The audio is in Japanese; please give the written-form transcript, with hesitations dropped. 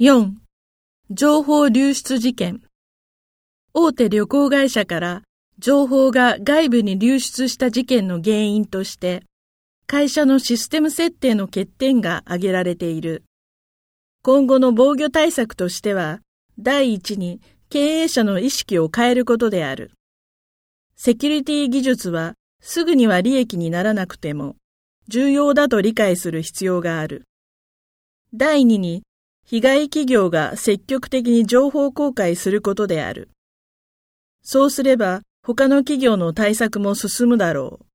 4. 情報流出事件。大手旅行会社から情報が外部に流出した事件の原因として、会社のシステム設定の欠点が挙げられている。今後の防御対策としては、第一に経営者の意識を変えることである。セキュリティ技術はすぐには利益にならなくても、重要だと理解する必要がある。第二に、被害企業が積極的に情報公開することである。そうすれば、他の企業の対策も進むだろう。